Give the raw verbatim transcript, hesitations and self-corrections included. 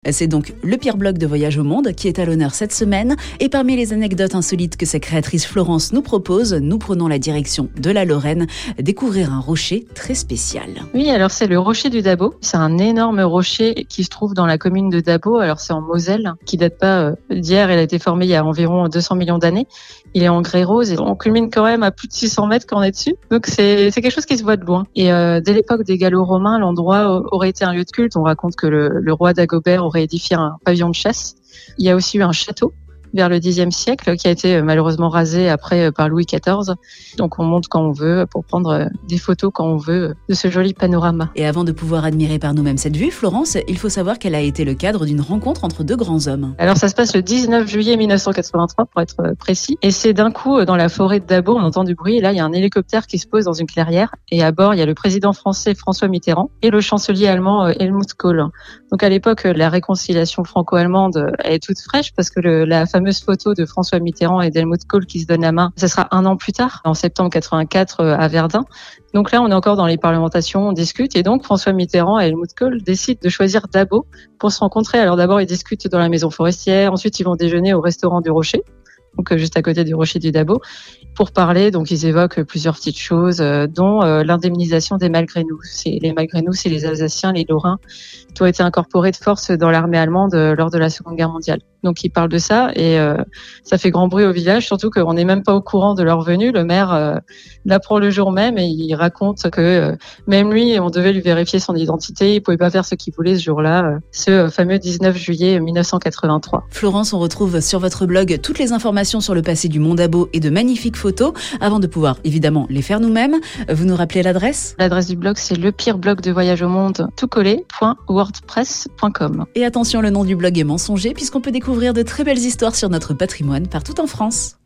C'est donc le pire blog de voyage au monde qui est à l'honneur cette semaine. Et parmi les anecdotes insolites que sa créatrice Florence nous propose, nous prenons la direction de la Lorraine, découvrir un rocher très spécial. Oui, alors c'est le rocher du Dabo. C'est un énorme rocher qui se trouve dans la commune de Dabo. Alors c'est en Moselle, qui date pas d'hier. Elle a été formée il y a environ deux cents millions d'années. Il est en grès rose et on culmine quand même à plus de six cents mètres quand on est dessus. Donc c'est, c'est quelque chose qui se voit de loin. Et euh, dès l'époque des Gallo-Romains, l'endroit aurait été un lieu de culte. On raconte que le, le roi Dagobert aurait édifié un pavillon de chasse. Il y a aussi eu un château vers le dixième siècle, qui a été malheureusement rasé après par Louis quatorze. Donc on monte quand on veut pour prendre des photos quand on veut de ce joli panorama. Et avant de pouvoir admirer par nous-mêmes cette vue, Florence, il faut savoir qu'elle a été le cadre d'une rencontre entre deux grands hommes. Alors ça se passe le dix-neuf juillet mille neuf cent quatre-vingt-trois pour être précis. Et c'est d'un coup dans la forêt de Dabo, on entend du bruit et là il y a un hélicoptère qui se pose dans une clairière et à bord il y a le président français François Mitterrand et le chancelier allemand Helmut Kohl. Donc à l'époque la réconciliation franco-allemande est toute fraîche parce que le, la fameuse photo de François Mitterrand et d'Helmut Kohl qui se donnent la main, ça sera un an plus tard, en septembre quatre-vingt-quatre à Verdun. Donc là, on est encore dans les parlementations, on discute et donc François Mitterrand et Helmut Kohl décident de choisir Dabo pour se rencontrer. Alors d'abord, ils discutent dans la maison forestière, ensuite ils vont déjeuner au restaurant du Rocher, donc juste à côté du Rocher du Dabo, pour parler. Donc ils évoquent plusieurs petites choses, euh, dont euh, l'indemnisation des Malgré-nous. C'est les Malgré-nous, c'est les Alsaciens, les Lorrains, qui ont été incorporés de force dans l'armée allemande euh, lors de la Seconde Guerre mondiale. Donc ils parlent de ça et euh, ça fait grand bruit au village, surtout qu'on n'est même pas au courant de leur venue. Le maire euh, l'apprend le jour même et il raconte que euh, même lui, on devait lui vérifier son identité, il pouvait pas faire ce qu'il voulait ce jour-là, euh, ce fameux dix-neuf juillet mille neuf cent quatre-vingt-trois. Florence, on retrouve sur votre blog toutes les informations sur le passé du Mont Dabo et de magnifiques photos, avant de pouvoir évidemment les faire nous-mêmes. Vous nous rappelez l'adresse ? L'adresse du blog, c'est le pire blog de voyage au monde, tout collé, point wordpress point com. Et attention, le nom du blog est mensonger puisqu'on peut découvrir de très belles histoires sur notre patrimoine partout en France.